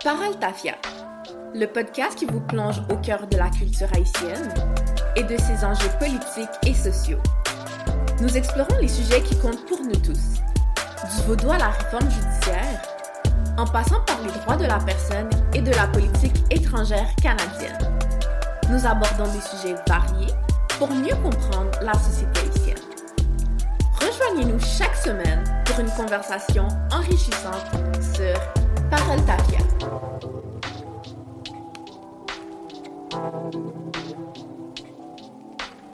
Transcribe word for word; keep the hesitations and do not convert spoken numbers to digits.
Parole Tafia, le podcast qui vous plonge au cœur de la culture haïtienne et de ses enjeux politiques et sociaux. Nous explorons les sujets qui comptent pour nous tous, du vaudou à la réforme judiciaire, en passant par les droits de la personne et de la politique étrangère canadienne. Nous abordons des sujets variés pour mieux comprendre la société haïtienne. Rejoignez-nous chaque semaine pour une conversation enrichissante sur Parole Tafia.